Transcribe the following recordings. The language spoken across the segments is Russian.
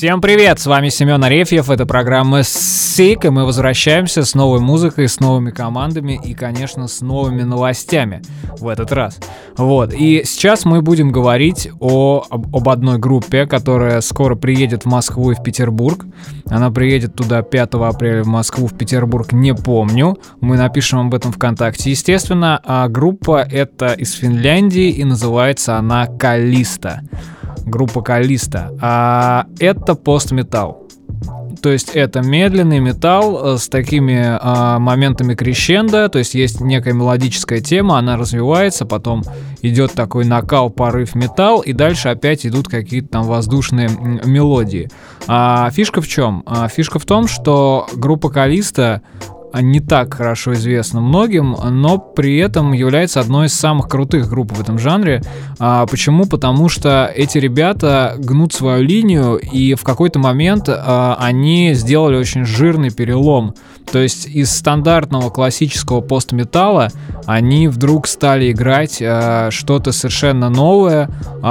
Всем привет, с вами Семен Арефьев, это программа SICK, и мы возвращаемся с новой музыкой, с новыми командами и, конечно, с новыми новостями в этот раз. Вот, и сейчас мы будем говорить об одной группе, которая скоро приедет в Москву и в Петербург. Она приедет туда 5 апреля в Москву, в Петербург, не помню, мы напишем об этом ВКонтакте, естественно, а группа эта из Финляндии и называется она Kalista. Группа Kalista. Это постметал. То есть это медленный металл с такими моментами крещендо, то есть есть некая мелодическая тема, она развивается, потом идет такой накал, порыв, металл, и дальше опять идут какие-то там воздушные мелодии. Фишка в чем? Фишка в том, что группа Kalista не так хорошо известна многим, но при этом является одной из самых крутых групп в этом жанре. Почему? Потому что эти ребята гнут свою линию, и в какой-то момент они сделали очень жирный перелом. То есть из стандартного классического постметалла они вдруг стали играть что-то совершенно новое,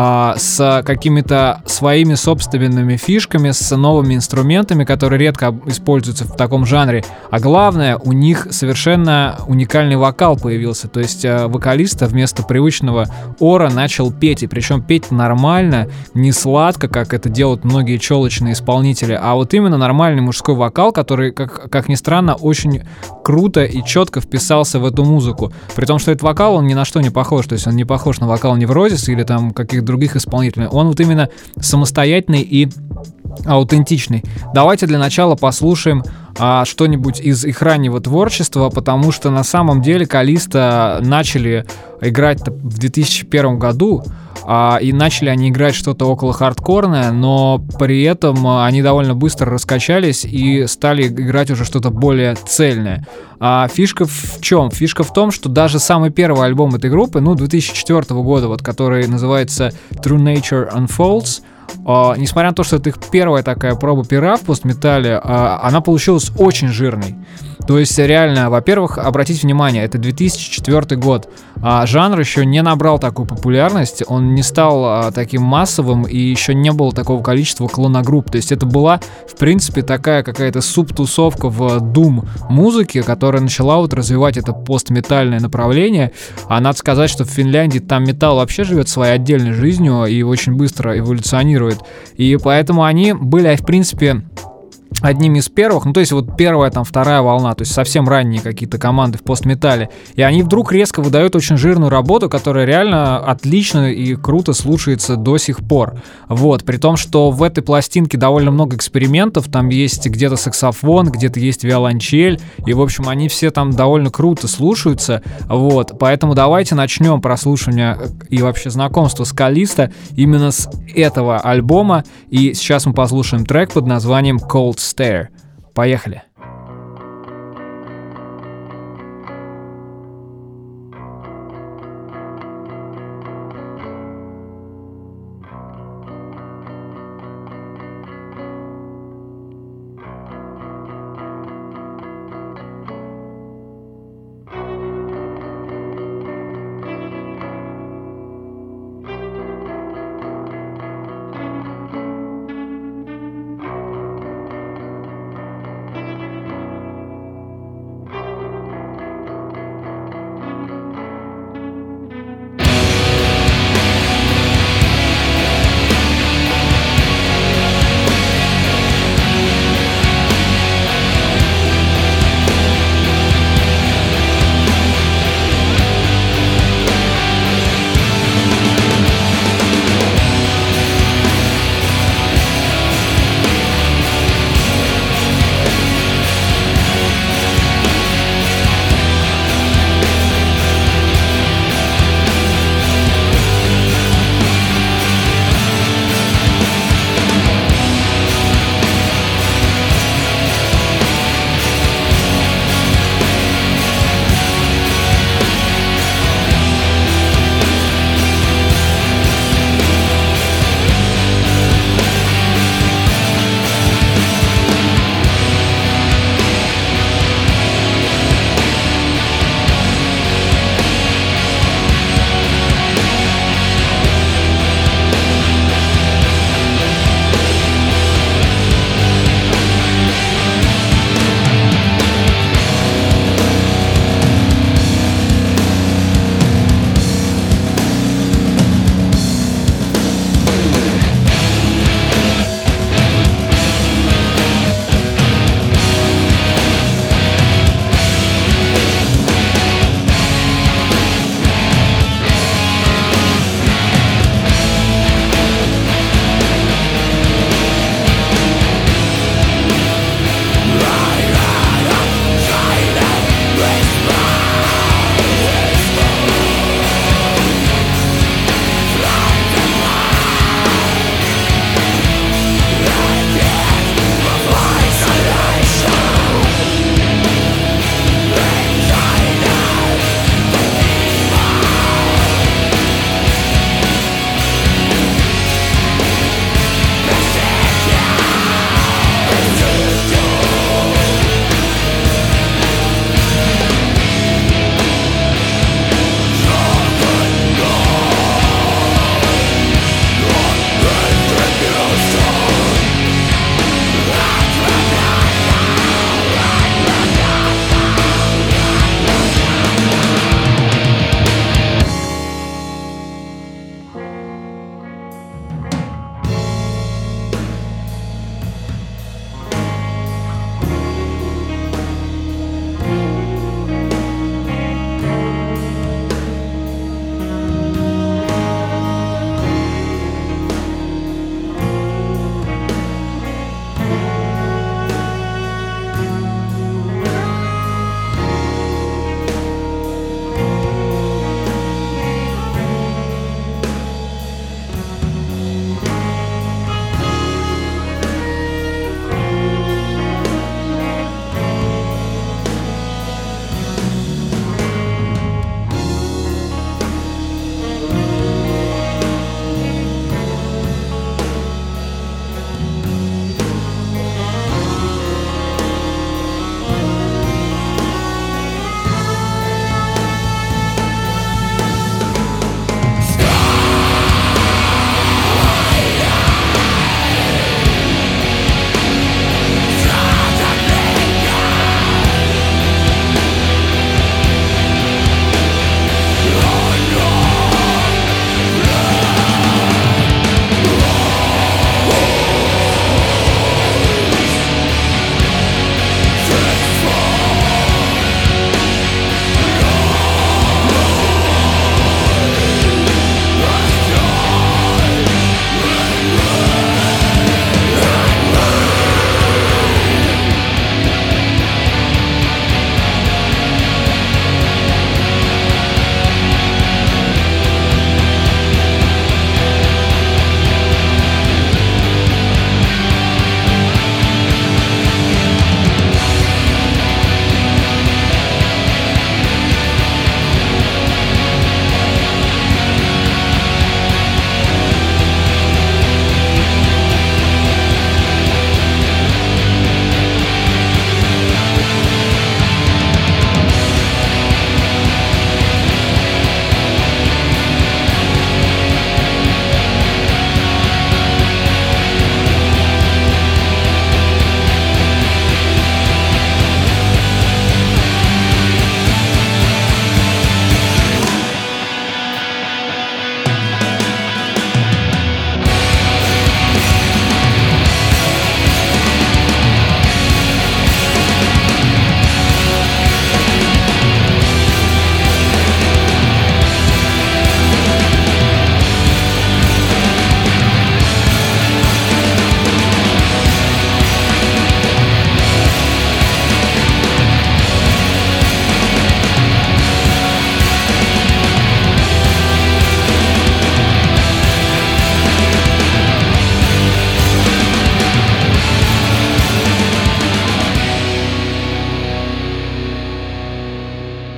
с какими-то своими собственными фишками, с новыми инструментами, которые редко используются в таком жанре. А главное, у них совершенно уникальный вокал появился. То есть вокалист вместо привычного ора начал петь, и причем петь нормально, не сладко, как это делают многие челочные исполнители, а вот именно нормальный мужской вокал, который, как ни странно, очень круто и четко вписался в эту музыку. При том, что этот вокал, он ни на что не похож. То есть он не похож на вокал Неврозис или там каких-то других исполнителей. Он вот именно самостоятельный и аутентичный. Давайте для начала послушаем что-нибудь из их раннего творчества, потому что на самом деле Kalista начали играть в 2001 году, и начали они играть что-то около хардкорное, но при этом они довольно быстро раскачались и стали играть уже что-то более цельное. Фишка в чем? Фишка в том, что даже самый первый альбом этой группы, 2004 года, вот, который называется True Nature Unfolds, несмотря на то, что это их первая такая проба пера в постметалле, она получилась очень жирной. То есть реально, во-первых, обратите внимание, это 2004 год. Жанр еще не набрал такую популярность, он не стал таким массовым, и еще не было такого количества клоногрупп. То есть это была, в принципе, такая какая-то субтусовка в дум-музыке, которая начала вот развивать это постметальное направление. А надо сказать, что в Финляндии там металл вообще живет своей отдельной жизнью и очень быстро эволюционирует. И поэтому они были, в принципе, одними из первых, то есть вот первая, там, вторая волна, то есть совсем ранние какие-то команды в постметалле, и они вдруг резко выдают очень жирную работу, которая реально отлично и круто слушается до сих пор. Вот, при том, что в этой пластинке довольно много экспериментов, там есть где-то саксофон, где-то есть виолончель, и, в общем, они все там довольно круто слушаются, вот, поэтому давайте начнем прослушивание и вообще знакомство с Kalista именно с этого альбома, и сейчас мы послушаем трек под названием Cold Stare. Поехали.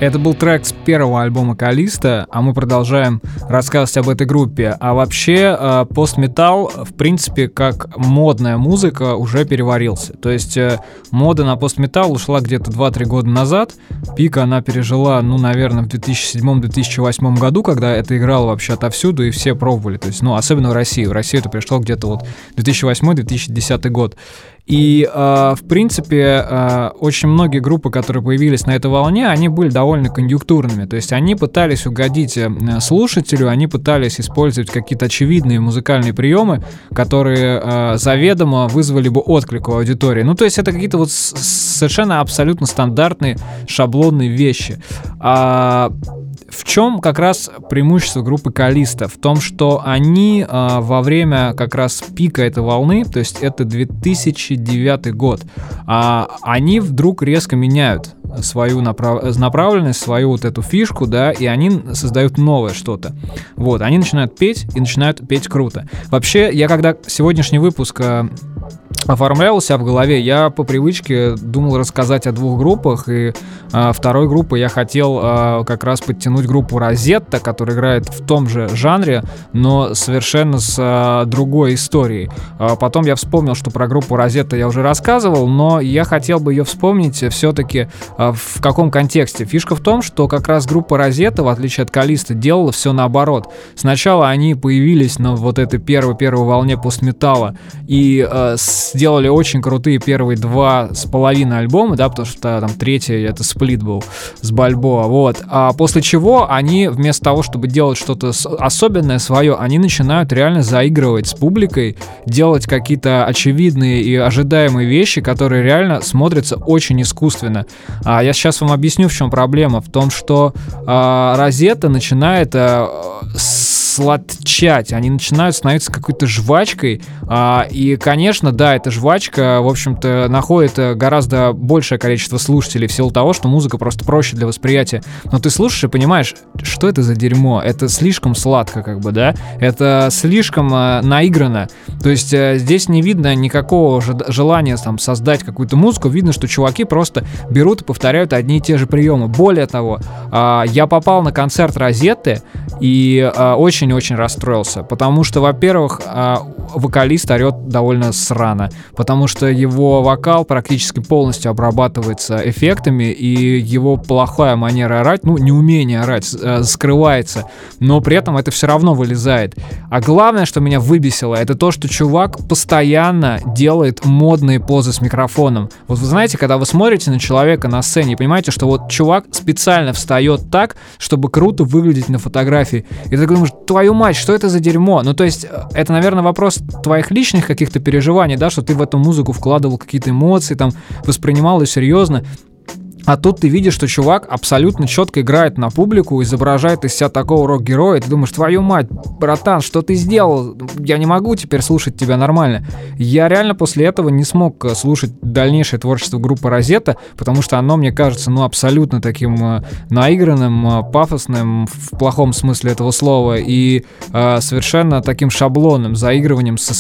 Это был трек с первого альбома Калиста, а мы продолжаем рассказывать об этой группе. А вообще, постметал, в принципе, как модная музыка, уже переварился. То есть мода на постметал ушла где-то 2-3 года назад. Пик она пережила, наверное, в 2007-2008 году, когда это играло вообще отовсюду, и все пробовали. То есть, особенно в России. В Россию это пришло где-то вот 2008-2010 год. И, в принципе, очень многие группы, которые появились на этой волне, они были довольно конъюнктурными. То есть они пытались угодить слушателю, они пытались использовать какие-то очевидные музыкальные приемы, которые заведомо вызвали бы отклик у аудитории. То есть это какие-то вот совершенно абсолютно стандартные шаблонные вещи. В чем как раз преимущество группы Калиста? В том, что они во время как раз пика этой волны, то есть это 2009 год, они вдруг резко меняют свою направленность, свою вот эту фишку, да, и они создают новое что-то. Вот, они начинают петь, и начинают петь круто. Вообще, я когда сегодняшний выпуск оформлял себя в голове, я по привычке думал рассказать о двух группах, и второй группой я хотел как раз подтянуть группу Розетта, которая играет в том же жанре, но совершенно с другой историей. Потом я вспомнил, что про группу Розетта я уже рассказывал, но я хотел бы ее вспомнить все-таки в каком контексте. Фишка в том, что как раз группа Розетта, в отличие от Калиста, делала все наоборот. Сначала они появились на вот этой первой волне постметалла и сделали очень крутые первые 2,5 альбома, да, потому что там третий это сплит был с Бальбоа, вот. А после чего они вместо того, чтобы делать что-то особенное свое, они начинают реально заигрывать с публикой, делать какие-то очевидные и ожидаемые вещи, которые реально смотрятся очень искусственно. Я сейчас вам объясню, в чем проблема. В том, что Розетта начинает сладчать, они начинают становиться какой-то жвачкой, и, конечно, да, эта жвачка, в общем-то, находит гораздо большее количество слушателей в силу того, что музыка просто проще для восприятия, но ты слушаешь и понимаешь, что это за дерьмо, это слишком сладко, как бы, да, это слишком наиграно, то есть здесь не видно никакого желания там создать какую-то музыку, видно, что чуваки просто берут и повторяют одни и те же приемы. Более того, я попал на концерт Розетты и очень-очень расстроился, потому что, во-первых, вокалист орет довольно срано, потому что его вокал практически полностью обрабатывается эффектами, и его плохая манера орать, неумение орать, скрывается, но при этом это все равно вылезает. А главное, что меня выбесило, это то, что чувак постоянно делает модные позы с микрофоном. Вот вы знаете, когда вы смотрите на человека на сцене и понимаете, что вот чувак специально встает так, чтобы круто выглядеть на фотографии, и ты думаешь, твою мать, что это за дерьмо? То есть, это, наверное, вопрос твоих личных каких-то переживаний, да, что ты в эту музыку вкладывал какие-то эмоции, там, воспринимал ее серьезно. А тут ты видишь, что чувак абсолютно четко играет на публику, изображает из себя такого рок-героя, и ты думаешь, твою мать, братан, что ты сделал? Я не могу теперь слушать тебя нормально. Я реально после этого не смог слушать дальнейшее творчество группы Розетта, потому что оно, мне кажется, абсолютно таким наигранным, пафосным, в плохом смысле этого слова, и совершенно таким шаблонным заигрыванием со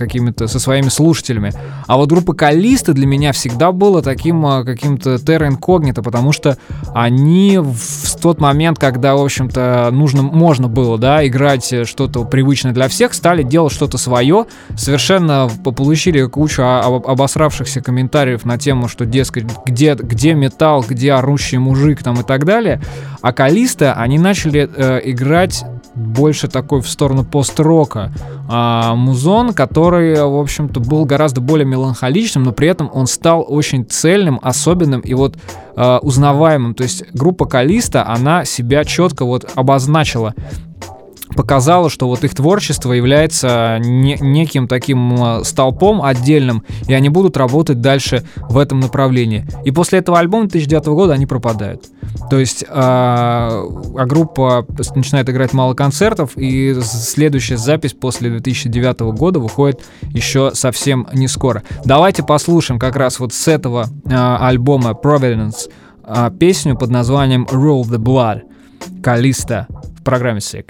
своими слушателями. А вот группа Калиста для меня всегда была таким каким-то терра инкогнито, потому что они в тот момент, когда, в общем-то, можно было, да, играть что-то привычное для всех, стали делать что-то свое, совершенно получили кучу обосравшихся комментариев на тему, что, дескать, где металл, где орущий мужик там и так далее. А Калиста, они начали играть больше такой в сторону пост-рока. Музон, который, в общем-то, был гораздо более меланхоличным, но при этом он стал очень цельным, особенным и вот узнаваемым. То есть группа Калиста, она себя четко вот обозначила, показала, что вот их творчество является неким таким столпом отдельным, и они будут работать дальше в этом направлении. И после этого альбома 2009 года они пропадают. То есть группа начинает играть мало концертов, и следующая запись после 2009 года выходит еще совсем не скоро. Давайте послушаем как раз вот с этого альбома Providence песню под названием Rule the Blood, Калиста в программе Sick.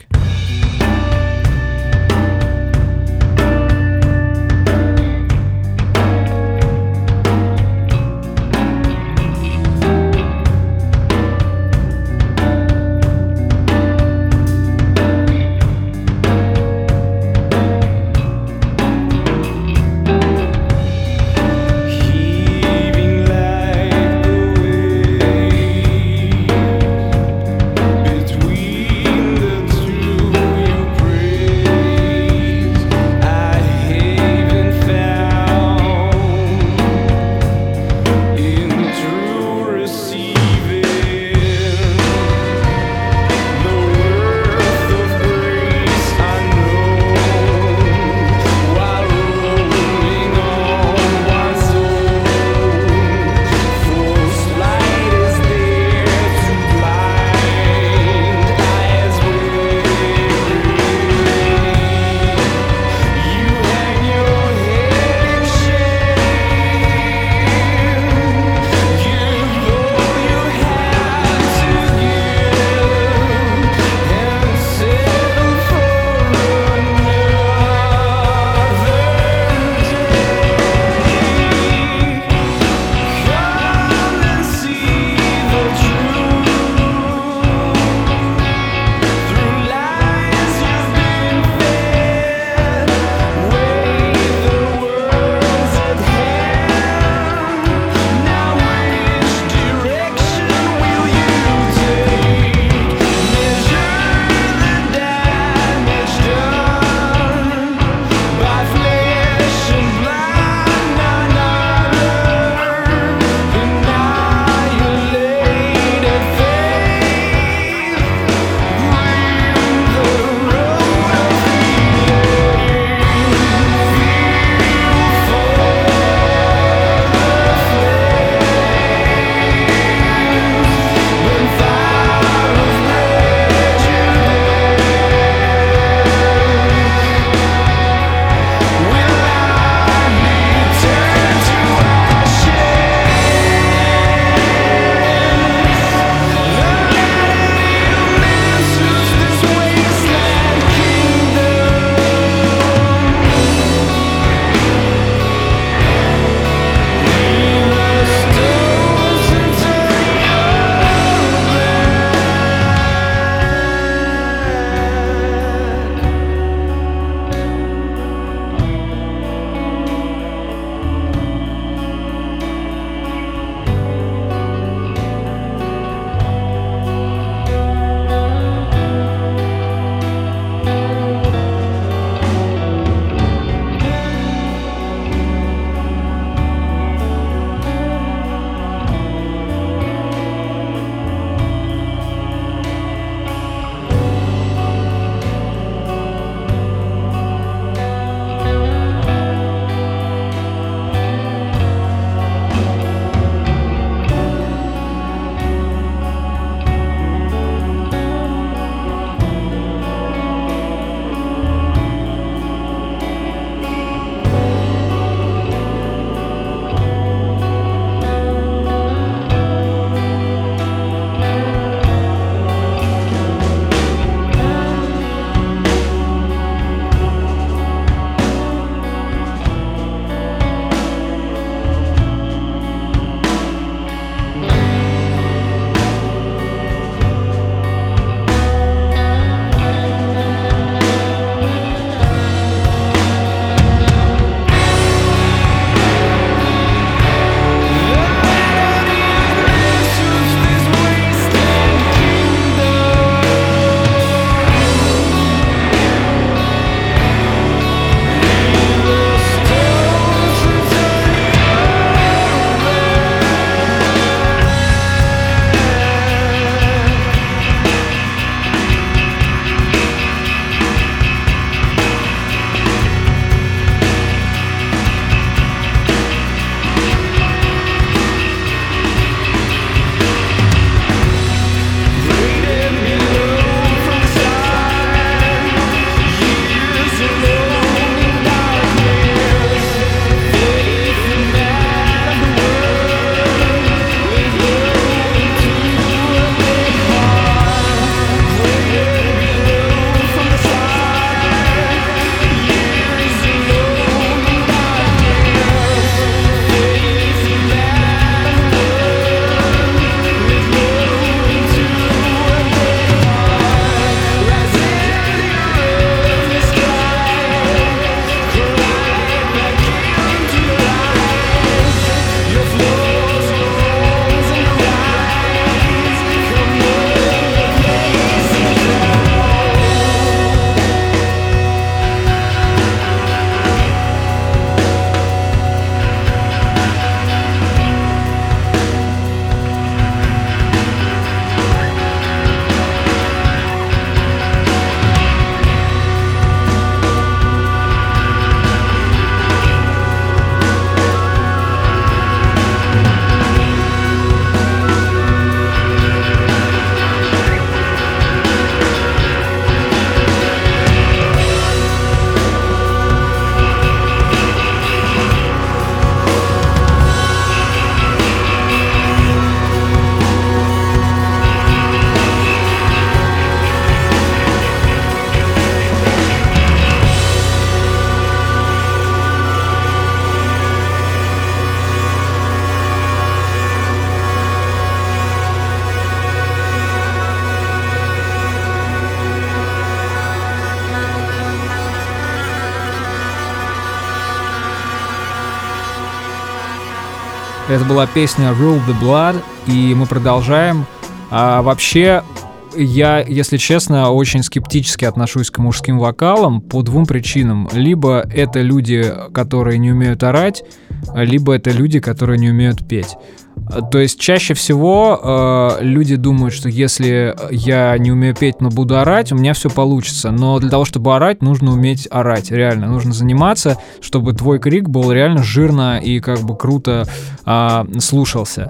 Это была песня Rule the Blood, и мы продолжаем. Вообще, я, если честно, очень скептически отношусь к мужским вокалам по двум причинам. Либо это люди, которые не умеют орать, либо это люди, которые не умеют петь. То есть чаще всего люди думают, что если я не умею петь, но буду орать, у меня все получится. Но для того, чтобы орать, нужно уметь орать. Реально, нужно заниматься, чтобы твой крик был реально жирно и как бы круто слушался.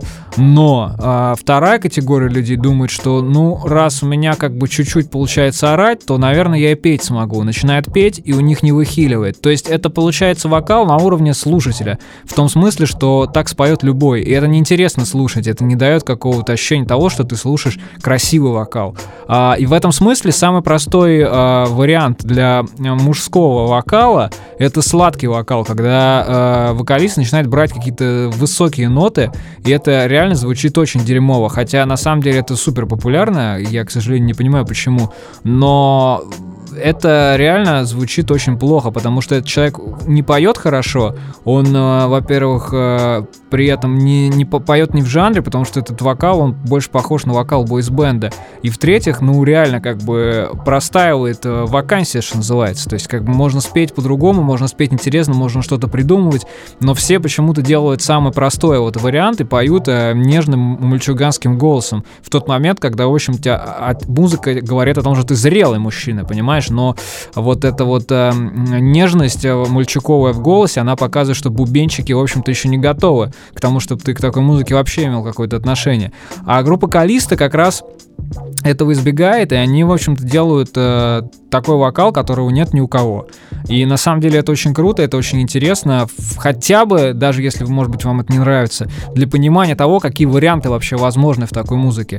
Но вторая категория людей думает, что ну, раз у меня как бы чуть-чуть получается орать, то, наверное, я и петь смогу. Начинает петь, и у них не выхиливает. То есть это получается вокал на уровне слушателя. В том смысле, что так споет любой. И это неинтересно слушать, это не дает какого-то ощущения того, что ты слушаешь красивый вокал. И в этом смысле самый простой вариант для мужского вокала — это сладкий вокал, когда вокалист начинает брать какие-то высокие ноты, и это реально звучит очень дерьмово, хотя на самом деле это супер популярно, я, к сожалению, не понимаю почему, но это реально звучит очень плохо, потому что этот человек не поет хорошо, он, во-первых, при этом не поет не в жанре, потому что этот вокал, он больше похож на вокал бойсбенда, и в-третьих, ну реально как бы простаивает вакансия, что называется, то есть как бы можно спеть по-другому, можно спеть интересно, можно что-то придумывать, но все почему-то делают самый простой вот вариант и поют нежным мальчуганским голосом в тот момент, когда, в общем-то, музыка говорит о том, что ты зрелый мужчина, понимаешь? Но вот эта вот нежность мальчуковая в голосе, она показывает, что бубенчики, в общем-то, еще не готовы к тому, чтобы ты к такой музыке вообще имел какое-то отношение. А группа Калиста как раз этого избегает, и они, в общем-то, делают такой вокал, которого нет ни у кого. И на самом деле это очень круто, это очень интересно, хотя бы, даже если, может быть, вам это не нравится, для понимания того, какие варианты вообще возможны в такой музыке.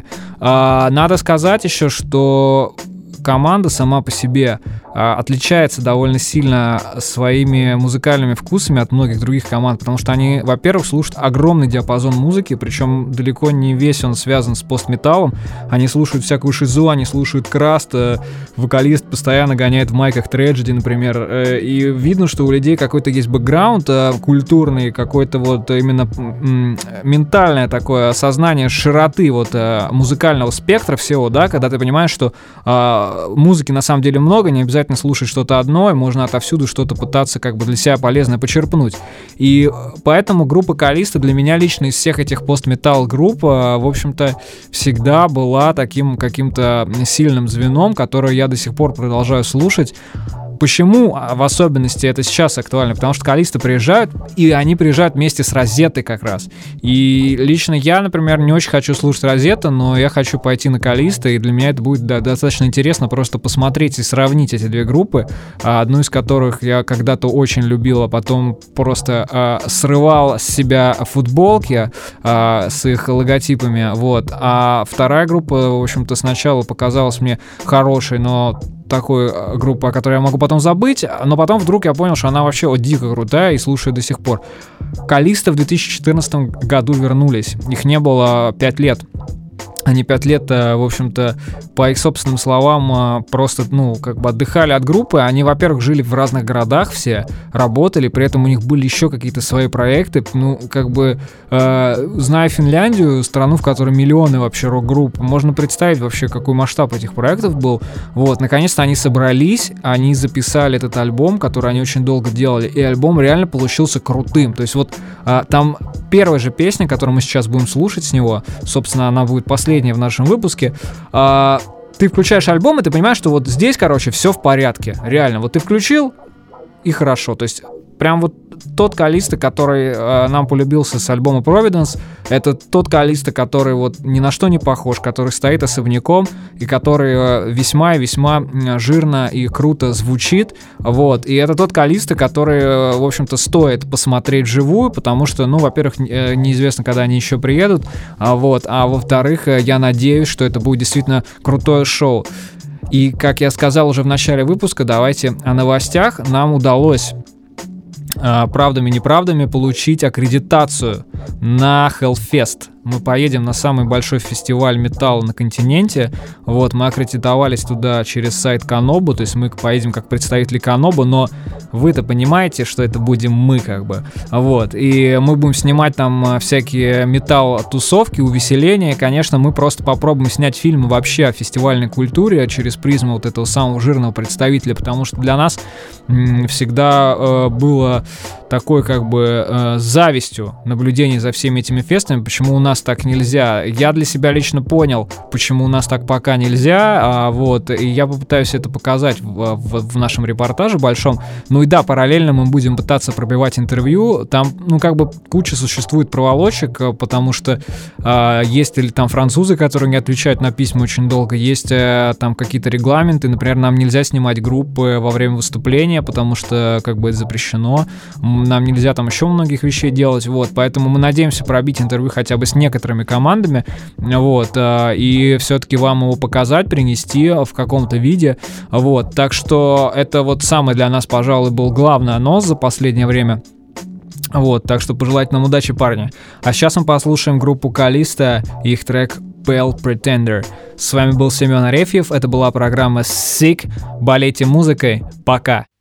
Надо сказать еще, что команда сама по себе отличается довольно сильно своими музыкальными вкусами от многих других команд, потому что они, во-первых, слушают огромный диапазон музыки, причем далеко не весь он связан с постметаллом. Они слушают всякую шизу, они слушают краст, вокалист постоянно гоняет в майках Tragedy, например, и видно, что у людей какой-то есть бэкграунд культурный, какой-то вот именно ментальное такое осознание широты вот музыкального спектра всего, да, когда ты понимаешь, что музыки на самом деле много, не обязательно слушать что-то одно, и можно отовсюду что-то пытаться как бы для себя полезно почерпнуть. И поэтому группа Калиста для меня лично из всех этих постметал групп, в общем-то, всегда была таким каким-то сильным звеном, которое я до сих пор продолжаю слушать. Почему в особенности это сейчас актуально? Потому что Калиста приезжают, и они приезжают вместе с Розеттой как раз. И лично я, например, не очень хочу слушать Розетта, но я хочу пойти на Калиста, и для меня это будет достаточно интересно просто посмотреть и сравнить эти две группы, одну из которых я когда-то очень любил, а потом просто срывал с себя футболки с их логотипами, вот. А вторая группа, в общем-то, сначала показалась мне хорошей, но такой группы, о которой я могу потом забыть, но потом вдруг я понял, что она вообще дико крутая и слушаю до сих пор. Калиста в 2014 году вернулись. Их не было 5 лет. Они 5 лет, в общем-то, по их собственным словам, просто, как бы отдыхали от группы. Они, во-первых, жили в разных городах все, работали, при этом у них были еще какие-то свои проекты. Зная Финляндию, страну, в которой миллионы вообще рок-групп, можно представить вообще, какой масштаб этих проектов был. Вот, наконец-то они собрались, они записали этот альбом, который они очень долго делали, и альбом реально получился крутым. То есть вот там первая же песня, которую мы сейчас будем слушать с него, собственно, она будет последняя в нашем выпуске, ты включаешь альбом, и ты понимаешь, что вот здесь, короче, все в порядке. Реально, вот ты включил, и хорошо. То есть прям вот тот Калиста, который нам полюбился с альбома Providence, это тот Калиста, который вот ни на что не похож, который стоит особняком и который весьма и весьма жирно и круто звучит, вот. И это тот Калиста, который, в общем-то, стоит посмотреть вживую, потому что, во-первых, неизвестно, когда они еще приедут, вот, а во-вторых, я надеюсь, что это будет действительно крутое шоу. И, как я сказал уже в начале выпуска, давайте о новостях. Нам удалось правдами-неправдами получить аккредитацию на Hellfest. мы поедем на самый большой фестиваль металла на континенте. Вот, мы аккредитовались туда через сайт Канобу, то есть мы поедем как представители Канобу, но вы-то понимаете, что это будем мы, как бы. Вот, и мы будем снимать там всякие металл-тусовки, увеселения. Конечно, мы просто попробуем снять фильмы вообще о фестивальной культуре через призму вот этого самого жирного представителя, потому что для нас всегда было такой как бы завистью наблюдение за всеми этими фестами, почему у нас так нельзя. Я для себя лично понял, почему у нас так пока нельзя, вот, и я попытаюсь это показать в нашем репортаже большом. Ну и да, параллельно мы будем пытаться пробивать интервью, там, ну, как бы куча существует проволочек, потому что есть или там французы, которые не отвечают на письма очень долго, есть там какие-то регламенты, например, нам нельзя снимать группы во время выступления, потому что как бы это запрещено, нам нельзя там еще многих вещей делать, вот, поэтому мы надеемся пробить интервью хотя бы с некоторыми командами, вот, и все-таки вам его показать, принести в каком-то виде, вот, так что это вот самый для нас, пожалуй, был главный анонс за последнее время. Вот, так что пожелать нам удачи, парни. А сейчас мы послушаем группу Калиста и их трек Pale Pretender. С вами был Семен Арефьев, это была программа Sick. Болейте музыкой, пока!